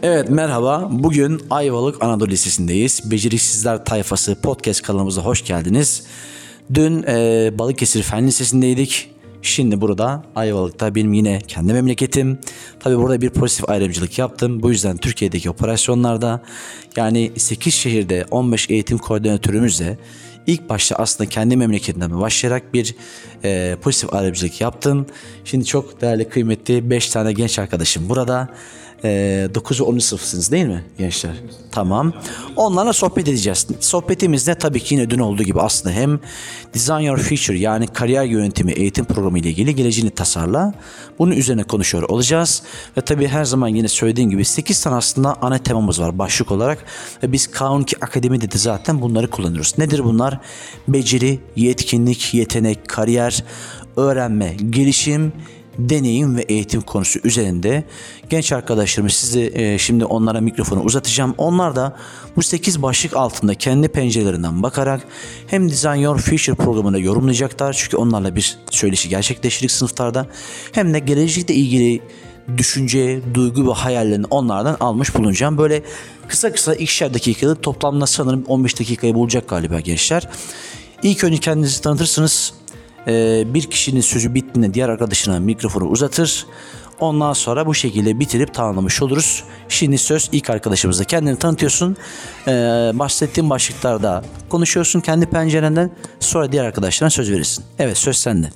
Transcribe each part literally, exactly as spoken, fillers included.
Evet, merhaba. Bugün Ayvalık Anadolu Lisesi'ndeyiz. Beceriksizler Tayfası podcast kanalımıza hoş geldiniz. Dün e, Balıkesir Fen Lisesi'ndeydik. Şimdi burada Ayvalık'ta benim yine kendi memleketim. Tabii burada bir pozitif ayrımcılık yaptım. Bu yüzden Türkiye'deki operasyonlarda yani sekiz şehirde on beş eğitim koordinatörümüzle İlk başta aslında kendi memleketimden başlayarak bir e, pozitif ayrımcılık yaptım. Şimdi çok değerli, kıymetli beş tane genç arkadaşım burada. E, dokuz ve onuncu sınıfsınız değil mi gençler? Tamam. Onlarla sohbet edeceğiz. Sohbetimiz de tabii ki yine dün olduğu gibi aslında hem Design Your Future yani kariyer yönetimi eğitim programı ile ilgili geleceğini tasarla. Bunun üzerine konuşuyor olacağız. Ve tabii her zaman yine söylediğim gibi sekiz tane aslında ana temamız var başlık olarak. Ve biz K on iki Akademi'de de zaten bunları kullanıyoruz. Nedir bunlar? Beceri, yetkinlik, yetenek, kariyer, öğrenme, gelişim, deneyim ve eğitim konusu üzerinde genç arkadaşlarımız size e, şimdi onlara mikrofonu uzatacağım. Onlar da bu sekiz başlık altında kendi pencerelerinden bakarak hem Design Your Future programını yorumlayacaklar. Çünkü onlarla bir söyleşi gerçekleştirdik sınıflarda. Hem de gelecekle ilgili düşünce, duygu ve hayallerini onlardan almış bulunacağım. Böyle kısa kısa ikişer dakikalık toplamda sanırım on beş dakikayı bulacak galiba gençler. İlk önce kendinizi tanıtırsınız. Ee, bir kişinin sözü bittiğinde diğer arkadaşına mikrofonu uzatır. Ondan sonra bu şekilde bitirip tamamlamış oluruz. Şimdi söz ilk arkadaşımıza. Kendini tanıtıyorsun. Ee, bahsettiğin başlıklarda konuşuyorsun kendi pencerenden. Sonra diğer arkadaşlarına söz verirsin. Evet, söz sende.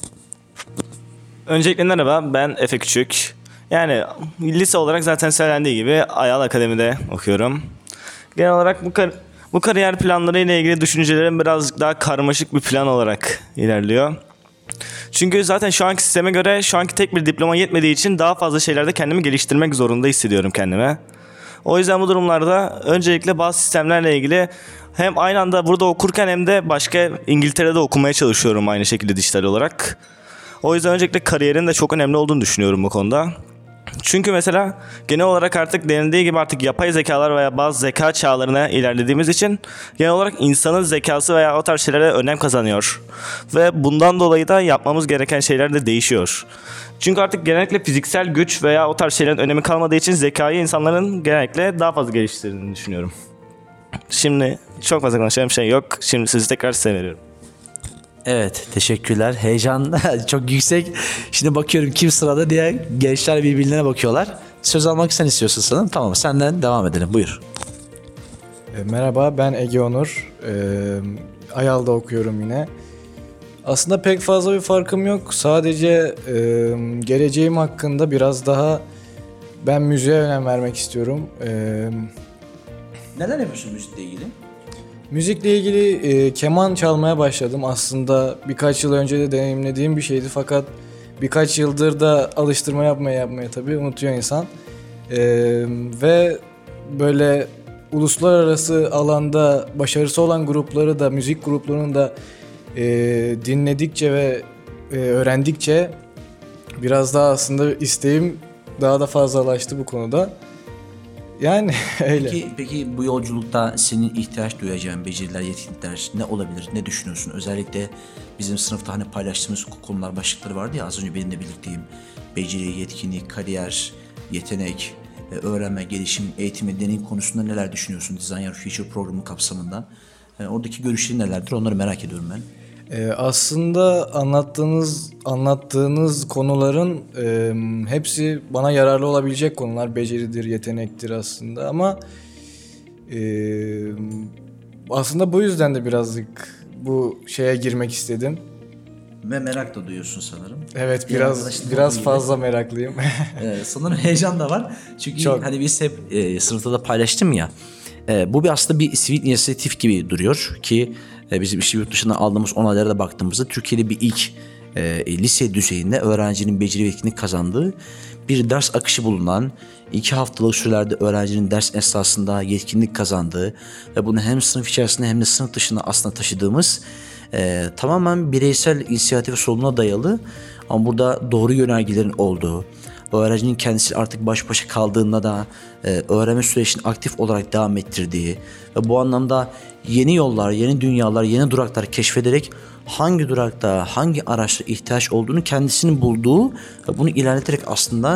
Öncelikle merhaba, ben Efe Küçük. Yani lise olarak zaten söylendiği gibi Ayal Akademi'de okuyorum. Genel olarak bu kar- bu kariyer planları ile ilgili düşüncelerim birazcık daha karmaşık bir plan olarak ilerliyor. Çünkü zaten şu anki sisteme göre şu anki tek bir diploma yetmediği için daha fazla şeylerde kendimi geliştirmek zorunda hissediyorum kendime. O yüzden bu durumlarda öncelikle bazı sistemlerle ilgili hem aynı anda burada okurken hem de başka İngiltere'de okumaya çalışıyorum aynı şekilde dijital olarak. O yüzden öncelikle kariyerin de çok önemli olduğunu düşünüyorum bu konuda. Çünkü mesela genel olarak artık denildiği gibi artık yapay zekalar veya bazı zeka çağlarına ilerlediğimiz için genel olarak insanın zekası veya o tarz şeylere önem kazanıyor. Ve bundan dolayı da yapmamız gereken şeyler de değişiyor. Çünkü artık genellikle fiziksel güç veya o tarz şeylerin önemi kalmadığı için zekayı insanların genellikle daha fazla geliştirdiğini düşünüyorum. Şimdi çok fazla konuşacağım şey yok. Şimdi sizi tekrar size veriyorum. Evet, teşekkürler. Heyecan çok yüksek. Şimdi bakıyorum kim sırada diye gençler birbirlerine bakıyorlar. Söz almak sen istiyorsun sanırım. Tamam, senden devam edelim. Buyur. E, merhaba, ben Ege Onur. E, Ayal'da okuyorum yine. Aslında pek fazla bir farkım yok. Sadece e, geleceğim hakkında biraz daha ben müziğe önem vermek istiyorum. E, Neler yapıyorsun müzikle ilgili? müzikle ilgili e, keman çalmaya başladım. Aslında birkaç yıl önce de deneyimlediğim bir şeydi. Fakat birkaç yıldır da alıştırma yapmaya yapmaya tabii unutuyor insan. E, ve böyle uluslararası alanda başarısı olan grupları da, müzik gruplarını da e, dinledikçe ve e, öğrendikçe biraz daha aslında isteğim daha da fazlalaştı bu konuda. Yani öyle. Peki, peki bu yolculukta senin ihtiyaç duyacağın beceriler, yetkinlikler ne olabilir? Ne düşünüyorsun? Özellikle bizim sınıfta hani paylaştığımız konular, başlıkları vardı ya az önce benimle birlikteyim. Beceri, yetkinlik, kariyer, yetenek, öğrenme, gelişim, eğitim ve deneyim konusunda neler düşünüyorsun Design Your Future programı kapsamında? Yani oradaki görüşlerin nelerdir? Onları merak ediyorum ben. Ee, aslında anlattığınız anlattığınız konuların e, hepsi bana yararlı olabilecek konular. Beceridir, yetenektir aslında ama e, aslında bu yüzden de birazcık bu şeye girmek istedim. Ve merak da duyuyorsun sanırım. Evet, Diğer biraz arkadaşların biraz olduğu fazla gibi. meraklıyım. Ee, sanırım heyecan da var. Çünkü Çok. hani biz hep e, sınıfta da paylaştım ya. E, bu bir aslında bir sivil inisiyatif gibi duruyor ki e, bizim işte yurt dışından aldığımız onaylara da baktığımızda Türkiye'de bir ilk e, lise düzeyinde öğrencinin beceri ve yetkinlik kazandığı bir ders akışı bulunan, iki haftalık sürelerde öğrencinin ders esnasında yetkinlik kazandığı ve bunu hem sınıf içerisinde hem de sınıf dışında aslında taşıdığımız e, tamamen bireysel inisiyatif ve sorumluluğa dayalı ama burada doğru yönergelerin olduğu, öğrencinin kendisi artık baş başa kaldığında da e, öğrenme sürecini aktif olarak devam ettirdiği ve bu anlamda yeni yollar, yeni dünyalar, yeni duraklar keşfederek hangi durakta, hangi araçta ihtiyaç olduğunu kendisinin bulduğu ve bunu ilerleterek aslında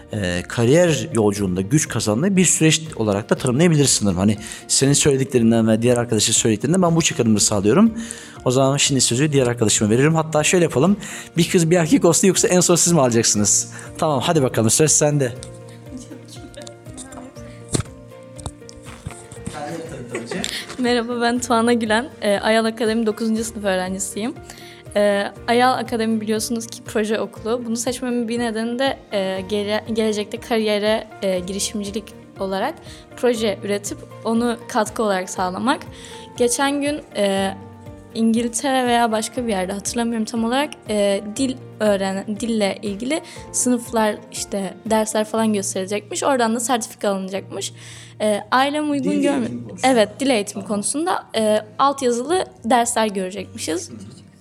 e, kariyer yolculuğunda güç kazandığı bir süreç olarak da tanımlayabilirsin sanırım. Hani senin söylediklerinden ve diğer arkadaşın söylediklerinden ben bu çıkarımları sağlıyorum. O zaman şimdi sözü diğer arkadaşıma veririm. Hatta şöyle yapalım. Bir kız bir erkek olsun yoksa en son siz mi alacaksınız? Tamam, hadi bakalım, söz sende. Merhaba, ben Tuana Gülen. E, Ayal Akademi dokuzuncu sınıf öğrencisiyim. E, Ayal Akademi biliyorsunuz ki proje okulu. Bunu seçmemin bir nedeni de e, gele, gelecekte kariyere e, girişimcilik olarak proje üretip onu katkı olarak sağlamak. Geçen gün e, İngiltere veya başka bir yerde, hatırlamıyorum tam olarak, e, dil öğren dille ilgili sınıflar, işte dersler falan gösterilecekmiş. Oradan da sertifika alınacakmış. E, ailem uygun Dil görmedi. eğitimi konusunda. Evet, dil eğitimi konusunda e, altyazılı dersler görecekmişiz.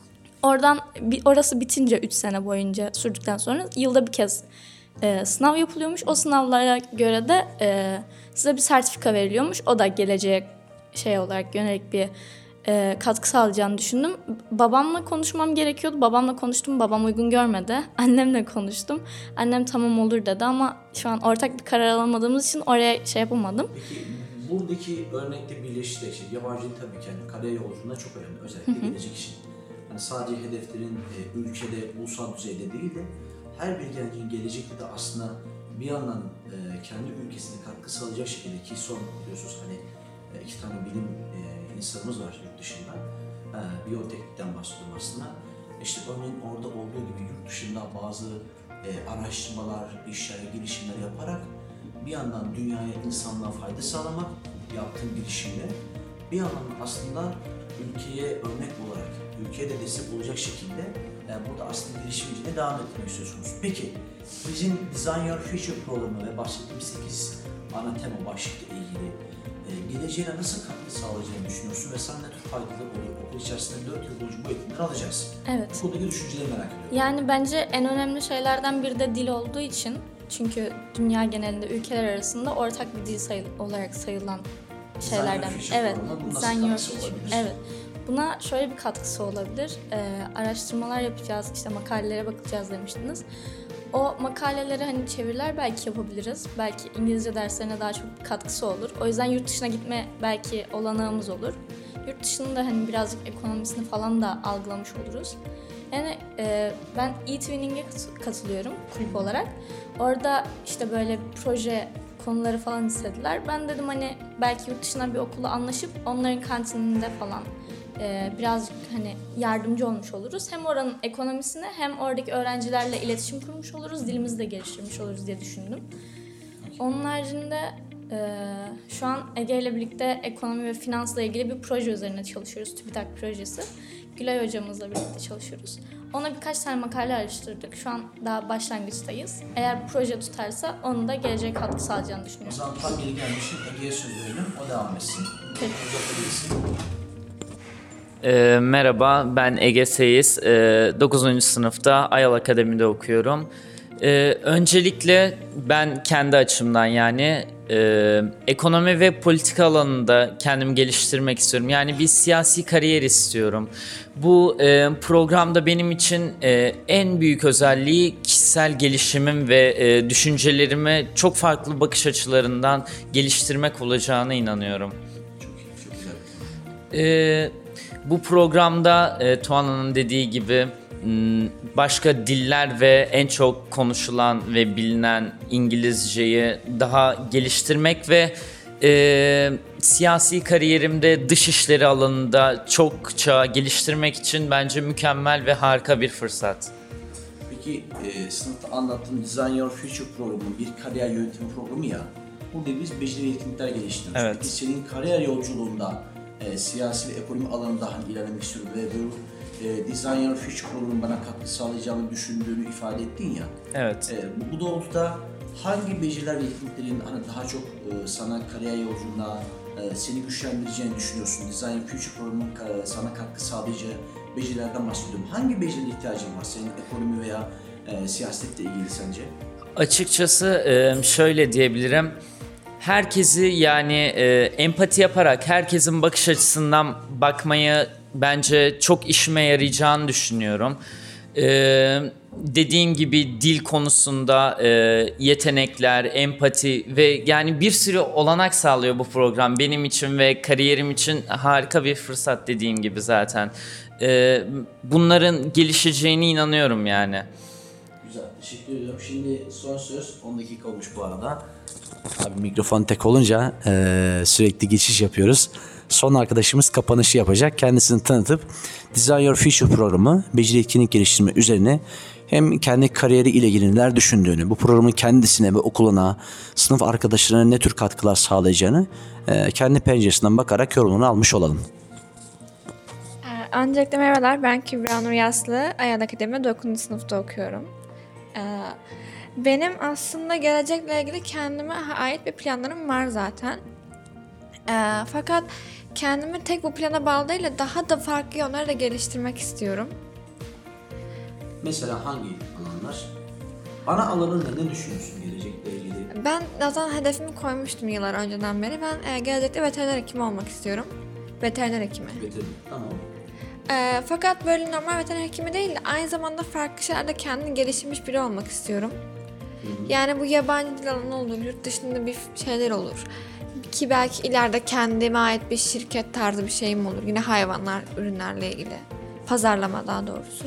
Oradan bir, orası bitince üç sene boyunca sürdükten sonra yılda bir kez e, sınav yapılıyormuş. O sınavlara göre de e, size bir sertifika veriliyormuş. O da geleceğe şey olarak yönelik bir e, katkı sağlayacağını düşündüm. Babamla konuşmam gerekiyordu. Babamla konuştum. Babam uygun görmedi. Annemle konuştum. Annem tamam olur dedi ama şu an ortak bir karar alamadığımız için oraya şey yapamadım. Peki buradaki örnekte birleşti. Şey, yabancı dil tabii ki yani kariyer yolculuğunda çok önemli. Özellikle gelecek için. Yani sadece hedeflerin e, ülkede, ulusal düzeyde değil de her bir gencin gelecekte de aslında bir yandan e, kendi ülkesine katkı sağlayacak şekilde, ki son biliyorsunuz hani e, iki tane bilim e, insanımız var yurt dışında. E, Biyoteknikten bahsediyorum aslında. İşte örneğin orada olduğu gibi yurt dışında bazı e, araştırmalar, işler, girişimler yaparak bir yandan dünyaya, insanlığa fayda sağlamak yaptığın girişimle, bir yandan aslında ülkeye örnek olarak, ülkeye de destek olacak şekilde yani burada aslında girişimciliğe devam etmek söz konusu. Peki bizim Design Your Future programı ve bahsettiğim sekiz ana tema başlıkla ilgili e, geleceğine nasıl katkı sağlayacağını düşünüyorsun ve sen ne tür faydalı olur? Okul içerisinde dört yıl boyunca bu eğitimleri alacağız. Evet. Bu konudaki düşünceleri merak ediyorum. Yani bence en önemli şeylerden biri de dil olduğu için, çünkü dünya genelinde ülkeler arasında ortak bir dil sayı, olarak sayılan şeylerden. Design Your Future Evet. programı bunun nasıl Design Your katkısı Future. olabilir? Evet. Buna şöyle bir katkısı olabilir. Ee, araştırmalar yapacağız, işte makalelere bakacağız demiştiniz. O makaleleri hani çeviriler belki yapabiliriz. Belki İngilizce derslerine daha çok katkısı olur. O yüzden yurt dışına gitme belki olanağımız olur. Yurt dışının da hani birazcık ekonomisini falan da algılamış oluruz. Yani e, ben e-Twinning'e katılıyorum kulüp olarak. Orada işte böyle proje konuları falan istediler. Ben dedim hani belki yurt dışına bir okula anlaşıp onların kantininde falan e, birazcık hani yardımcı olmuş oluruz. Hem oranın ekonomisine hem oradaki öğrencilerle iletişim kurmuş oluruz. Dilimizi de geliştirmiş oluruz diye düşündüm. Onun haricinde e, şu an Ege ile birlikte ekonomi ve finansla ilgili bir proje üzerine çalışıyoruz. TÜBİTAK projesi. Gülay hocamızla birlikte çalışıyoruz. Ona birkaç tane makale araştırdık. Şu an daha başlangıçtayız. Eğer bu proje tutarsa onun da geleceğe katkı sağlayacağını O düşünüyorum. zaman tam yeri gelmişim, Ege'ye söz verelim, o devam etsin. Peki. Uzatabilirsin. Ee, merhaba, ben Ege Seyiz. Ee, dokuzuncu sınıfta Ayal Akademi'de okuyorum. Ee, öncelikle ben kendi açımdan yani e, ekonomi ve politika alanında kendimi geliştirmek istiyorum. Yani bir siyasi kariyer istiyorum. Bu e, programda benim için e, en büyük özelliği kişisel gelişimim ve e, düşüncelerimi çok farklı bakış açılarından geliştirmek olacağına inanıyorum. Çok iyi, çok güzel. Ee, bu programda e, Tuana'nın dediği gibi m, başka diller ve en çok konuşulan ve bilinen İngilizceyi daha geliştirmek ve e, siyasi kariyerimde dışişleri alanında çokça geliştirmek için bence mükemmel ve harika bir fırsat. Peki e, sınıfta anlattığım Design Your Future programı bir kariyer yönetimi programı ya. Burada biz beceri ve yetkinlikler geliştiriyoruz. Evet. Peki senin kariyer yolculuğunda e, siyasi ve ekonomi alanında hani ilerlemek istiyorum ve bu e, Design Your Future programının bana katkı sağlayacağını düşündüğünü ifade ettin ya. Evet. E, bu, bu doğrultuda hangi beceriler ve yetkinliklerin hani daha çok e, sana kariyer yolculuğunda e, seni güçlendireceğini düşünüyorsun? Design Your Future programının ka- sana katkı sağlayacağı becerilerden bahsediyorum. Hangi becerilere ihtiyacın var senin ekonomi veya e, siyasetle ilgili sence? Açıkçası e, şöyle diyebilirim. Herkesi yani e, empati yaparak herkesin bakış açısından bakmayı bence çok işime yarayacağını düşünüyorum. E, dediğim gibi dil konusunda e, yetenekler, empati ve yani bir sürü olanak sağlıyor bu program. Benim için ve kariyerim için harika bir fırsat dediğim gibi zaten. E, bunların gelişeceğine inanıyorum yani. Güzel, teşekkür ediyorum. Şimdi son söz on dakika olmuş bu arada. Abi mikrofon tek olunca e, sürekli geçiş yapıyoruz. Son arkadaşımız kapanışı yapacak. Kendisini tanıtıp Design Your Future programı beceri etkinlik geliştirme üzerine hem kendi kariyeri ile ilgili neler düşündüğünü, bu programın kendisine ve okuluna, sınıf arkadaşlarına ne tür katkılar sağlayacağını e, kendi penceresinden bakarak yorumunu almış olalım. Ee, Öncelikle merhabalar, ben Kübra Nur Yaslı, Ayal Akademi dokuzuncu sınıfta okuyorum. Ee, Benim aslında gelecekle ilgili kendime ait bir planlarım var zaten. Ee, Fakat kendimi tek bu plana bağlı değil de daha da farklı yönleri de geliştirmek istiyorum. Mesela hangi alanlar? Ana alanında ne düşünüyorsun gelecekle ilgili? Ben zaten hedefimi koymuştum yıllar önceden beri. Ben e, gelecekte veteriner hekimi olmak istiyorum. Veteriner hekimi. Veteriner, tamam. Ee, fakat böyle normal veteriner hekimi değil de aynı zamanda farklı şeylerde kendini geliştirmiş biri olmak istiyorum. Yani bu yabancı dil alanı olur, yurt dışında bir şeyler olur. Ki belki ileride kendime ait bir şirket tarzı bir şeyim olur. Yine hayvanlar, ürünlerle ilgili. Pazarlama daha doğrusu.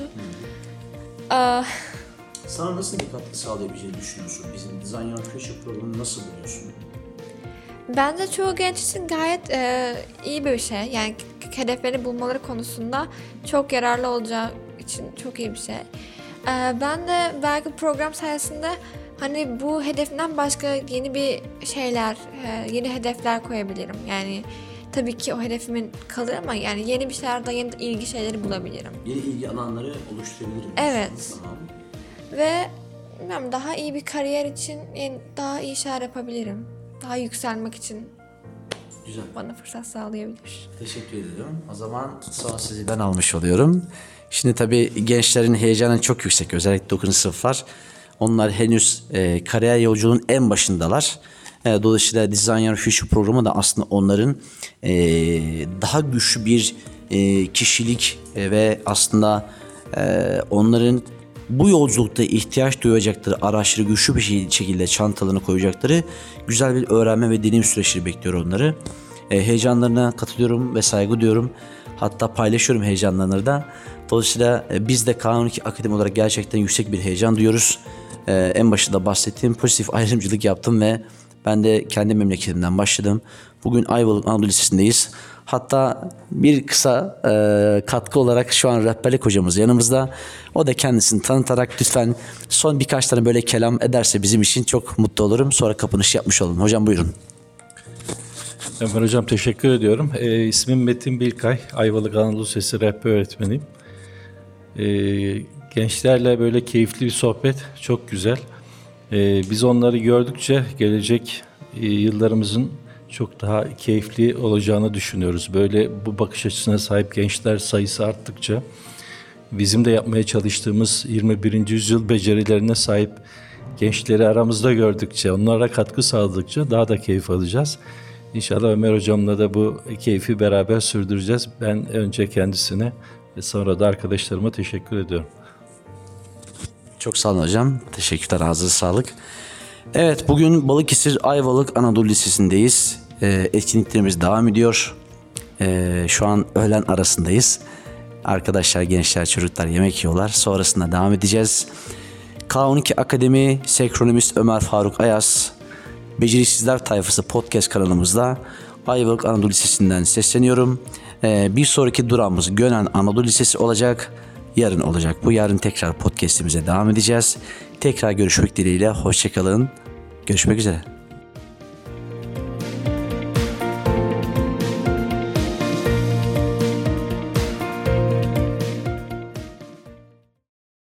Ee, Sana nasıl bir katkı sağlayabileceğini düşünüyorsun? Bizim Design Your Future programını nasıl buluyorsun? Bence çoğu genç için gayet e, iyi bir şey. Yani hedeflerini bulmaları konusunda çok yararlı olacağı için çok iyi bir şey. E, ben de belki program sayesinde hani bu hedefimden başka yeni bir şeyler, e, yeni hedefler koyabilirim. Yani tabii ki o hedefimin kalır ama yani yeni bir şeylerde yeni ilgi şeyleri bulabilirim. Yeni ilgi alanları oluşturabilirim. Evet. Tamam. Ve bilmiyorum, daha iyi bir kariyer için yani daha iyi şeyler yapabilirim. Daha yükselmek için Güzel. bana fırsat sağlayabilir. Teşekkür ediyorum. O zaman son sözü ben almış oluyorum. Şimdi tabii gençlerin heyecanı çok yüksek. Özellikle dokuzuncu sınıflar. Onlar henüz e, kariyer yolculuğunun en başındalar. E, dolayısıyla Design Your Future programı da aslında onların e, daha güçlü bir e, kişilik e, ve aslında e, onların bu yolculukta ihtiyaç duyacakları araçları güçlü bir şekilde çantalarına koyacakları güzel bir öğrenme ve deneyim süreçleri bekliyor onları. E, heyecanlarına katılıyorum ve saygı duyuyorum. Hatta paylaşıyorum heyecanlarını da. Dolayısıyla e, biz de K on iki Akademi olarak gerçekten yüksek bir heyecan duyuyoruz. E, en başında bahsettiğim pozitif ayrımcılık yaptım ve ben de kendi memleketimden başladım. Bugün Ayvalık Anadolu Lisesi'ndeyiz. Hatta bir kısa e, katkı olarak şu an rehberlik hocamız yanımızda. O da kendisini tanıtarak lütfen son birkaç tane böyle kelam ederse bizim için çok mutlu olurum. Sonra kapanış yapmış olalım. Hocam buyurun. Ömer Hocam teşekkür ediyorum. E, ismim Metin Bilkay. Ayvalık Anadolu Lisesi rehber öğretmeniyim. E, gençlerle böyle keyifli bir sohbet. Çok güzel. E, biz onları gördükçe gelecek e, yıllarımızın çok daha keyifli olacağını düşünüyoruz. Böyle bu bakış açısına sahip gençler sayısı arttıkça bizim de yapmaya çalıştığımız yirmi birinci yüzyıl becerilerine sahip gençleri aramızda gördükçe, onlara katkı sağladıkça daha da keyif alacağız. İnşallah Ömer Hocam'la da bu keyfi beraber sürdüreceğiz. Ben önce kendisine ve sonra da arkadaşlarıma teşekkür ediyorum. Çok sağ olun hocam. Teşekkürler. Ağzınıza sağlık. Evet, bugün Balıkesir Ayvalık Anadolu Lisesi'ndeyiz. Ee, etkinliklerimiz devam ediyor. Ee, şu an öğlen arasındayız. Arkadaşlar, gençler, çocuklar yemek yiyorlar. Sonrasında devam edeceğiz. K on iki Akademi Senkronimist Ömer Faruk Ayaz, Beceriksizler Tayfası podcast kanalımızda Ayvalık Anadolu Lisesi'nden sesleniyorum. Ee, bir sonraki durağımız Gönen Anadolu Lisesi olacak. Yarın olacak. Bu yarın tekrar podcast'imize devam edeceğiz. Tekrar görüşmek dileğiyle. Hoşçakalın. Görüşmek üzere.